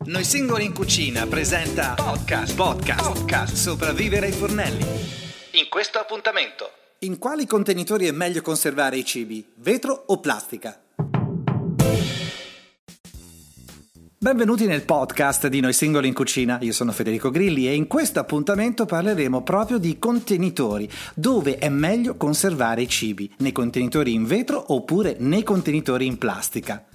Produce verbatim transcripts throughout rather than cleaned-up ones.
Noi Singoli in Cucina presenta Podcast, Podcast, Podcast, Sopravvivere ai fornelli. In questo appuntamento: in quali contenitori è meglio conservare i cibi, vetro o plastica? Benvenuti nel podcast di Noi Singoli in Cucina, io sono Federico Grilli e in questo appuntamento parleremo proprio di contenitori, dove è meglio conservare i cibi, nei contenitori in vetro oppure nei contenitori in plastica.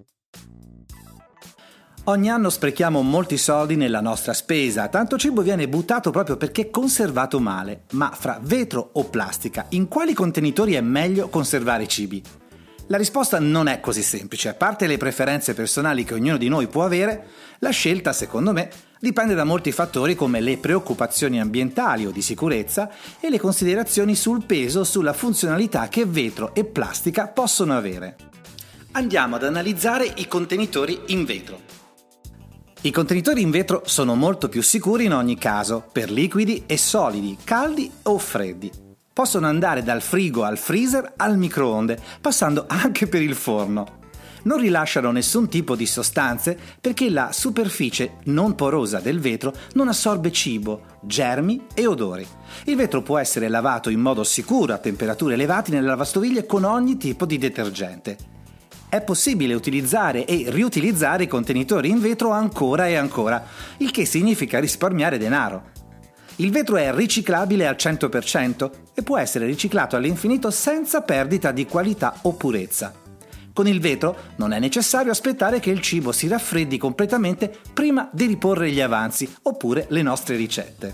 Ogni anno sprechiamo molti soldi nella nostra spesa, tanto cibo viene buttato proprio perché conservato male, ma fra vetro o plastica, in quali contenitori è meglio conservare i cibi? La risposta non è così semplice, a parte le preferenze personali che ognuno di noi può avere, la scelta, secondo me, dipende da molti fattori come le preoccupazioni ambientali o di sicurezza e le considerazioni sul peso o sulla funzionalità che vetro e plastica possono avere. Andiamo ad analizzare i contenitori in vetro. I contenitori in vetro sono molto più sicuri in ogni caso, per liquidi e solidi, caldi o freddi. Possono andare dal frigo al freezer al microonde, passando anche per il forno. Non rilasciano nessun tipo di sostanze perché la superficie non porosa del vetro non assorbe cibo, germi e odori. Il vetro può essere lavato in modo sicuro a temperature elevate nelle lavastoviglie con ogni tipo di detergente. È possibile utilizzare e riutilizzare i contenitori in vetro ancora e ancora, il che significa risparmiare denaro. Il vetro è riciclabile al cento per cento e può essere riciclato all'infinito senza perdita di qualità o purezza. Con il vetro non è necessario aspettare che il cibo si raffreddi completamente prima di riporre gli avanzi oppure le nostre ricette.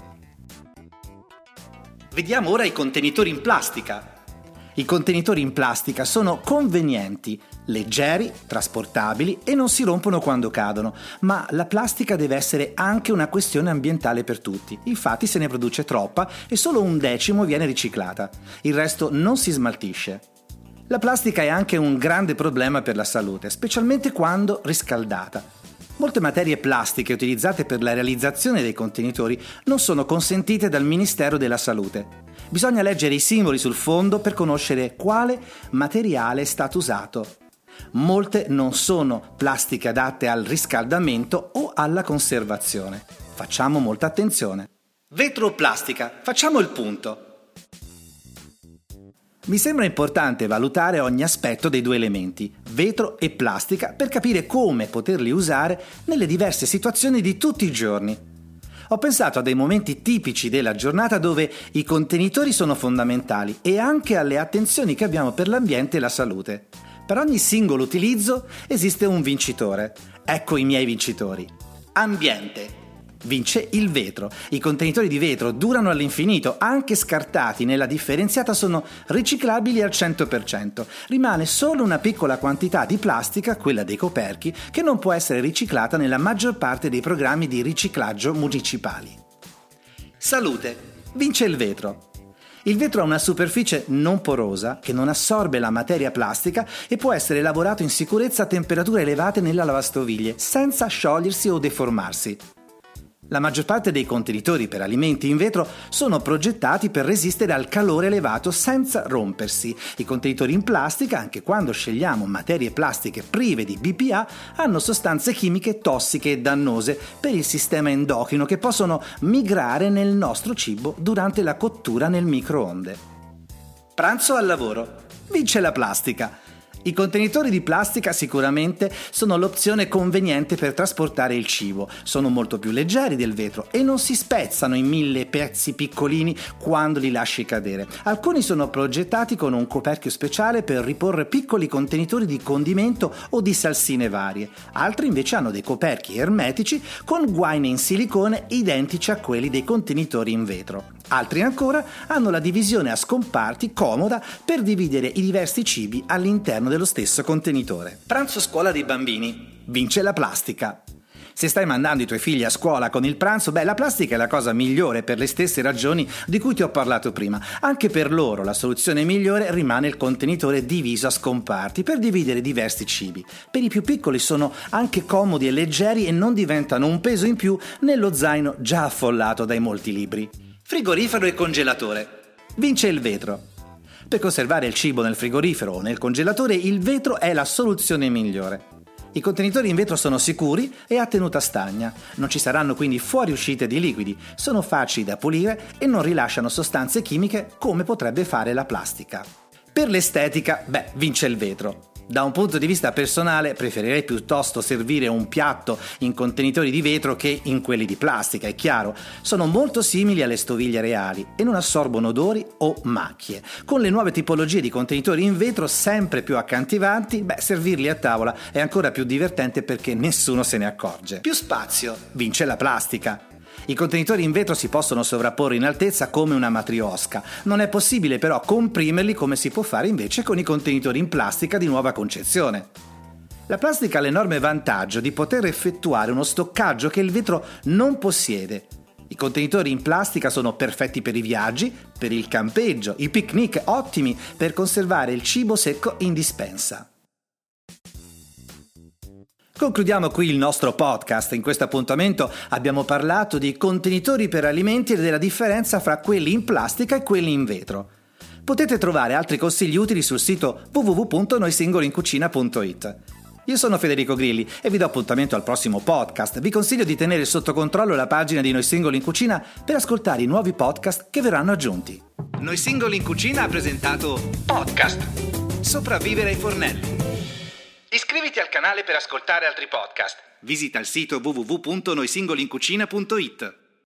Vediamo ora i contenitori in plastica. I contenitori in plastica sono convenienti, leggeri, trasportabili e non si rompono quando cadono, ma la plastica deve essere anche una questione ambientale per tutti. Infatti se ne produce troppa e solo un decimo viene riciclata. Il resto non si smaltisce. La plastica è anche un grande problema per la salute, specialmente quando riscaldata. Molte materie plastiche utilizzate per la realizzazione dei contenitori non sono consentite dal Ministero della Salute. Bisogna leggere i simboli sul fondo per conoscere quale materiale è stato usato. Molte non sono plastiche adatte al riscaldamento o alla conservazione. Facciamo molta attenzione. Vetro o plastica? Facciamo il punto. Mi sembra importante valutare ogni aspetto dei due elementi, vetro e plastica, per capire come poterli usare nelle diverse situazioni di tutti i giorni. Ho pensato a dei momenti tipici della giornata dove i contenitori sono fondamentali e anche alle attenzioni che abbiamo per l'ambiente e la salute. Per ogni singolo utilizzo esiste un vincitore. Ecco i miei vincitori. Ambiente. Vince il vetro. I contenitori di vetro durano all'infinito, anche scartati nella differenziata sono riciclabili al cento per cento. Rimane solo una piccola quantità di plastica, quella dei coperchi, che non può essere riciclata nella maggior parte dei programmi di riciclaggio municipali. Salute. Vince il vetro. Il vetro ha una superficie non porosa che non assorbe la materia plastica e può essere lavorato in sicurezza a temperature elevate nella lavastoviglie, senza sciogliersi o deformarsi. La maggior parte dei contenitori per alimenti in vetro sono progettati per resistere al calore elevato senza rompersi. I contenitori in plastica, anche quando scegliamo materie plastiche prive di B P A, hanno sostanze chimiche tossiche e dannose per il sistema endocrino che possono migrare nel nostro cibo durante la cottura nel microonde. Pranzo al lavoro. Vince la plastica. I contenitori di plastica sicuramente sono l'opzione conveniente per trasportare il cibo, sono molto più leggeri del vetro e non si spezzano in mille pezzi piccolini quando li lasci cadere. Alcuni sono progettati con un coperchio speciale per riporre piccoli contenitori di condimento o di salsine varie, altri invece hanno dei coperchi ermetici con guaine in silicone identici a quelli dei contenitori in vetro. Altri ancora hanno la divisione a scomparti comoda per dividere i diversi cibi all'interno dello stesso contenitore. Pranzo scuola dei bambini. Vince la plastica. Se stai mandando i tuoi figli a scuola con il pranzo, beh, la plastica è la cosa migliore per le stesse ragioni di cui ti ho parlato prima. Anche per loro la soluzione migliore rimane il contenitore diviso a scomparti per dividere diversi cibi. Per i più piccoli sono anche comodi e leggeri e non diventano un peso in più nello zaino già affollato dai molti libri. Frigorifero e congelatore. Vince il vetro. Per conservare il cibo nel frigorifero o nel congelatore il vetro è la soluzione migliore. I contenitori in vetro sono sicuri e a tenuta stagna, non ci saranno quindi fuoriuscite di liquidi, sono facili da pulire e non rilasciano sostanze chimiche come potrebbe fare la plastica. Per l'estetica, beh, vince il vetro. Da un punto di vista personale preferirei piuttosto servire un piatto in contenitori di vetro che in quelli di plastica, è chiaro. Sono molto simili alle stoviglie reali e non assorbono odori o macchie. Con le nuove tipologie di contenitori in vetro sempre più accattivanti, beh, servirli a tavola è ancora più divertente perché nessuno se ne accorge. Più spazio, vince la plastica. I contenitori in vetro si possono sovrapporre in altezza come una matriosca, non è possibile però comprimerli come si può fare invece con i contenitori in plastica di nuova concezione. La plastica ha l'enorme vantaggio di poter effettuare uno stoccaggio che il vetro non possiede. I contenitori in plastica sono perfetti per i viaggi, per il campeggio, i picnic, ottimi per conservare il cibo secco in dispensa. Concludiamo qui il nostro podcast. In questo appuntamento abbiamo parlato di contenitori per alimenti e della differenza fra quelli in plastica e quelli in vetro. Potete trovare altri consigli utili sul sito w w w punto noi singoli in cucina punto i t. Io sono Federico Grilli e vi do appuntamento al prossimo podcast. Vi consiglio di tenere sotto controllo la pagina di Noi Singoli in Cucina per ascoltare i nuovi podcast che verranno aggiunti. Noi Singoli in Cucina ha presentato Podcast Sopravvivere ai fornelli. Iscriviti al canale per ascoltare altri podcast. Visita il sito w w w punto noi singoli in cucina punto i t.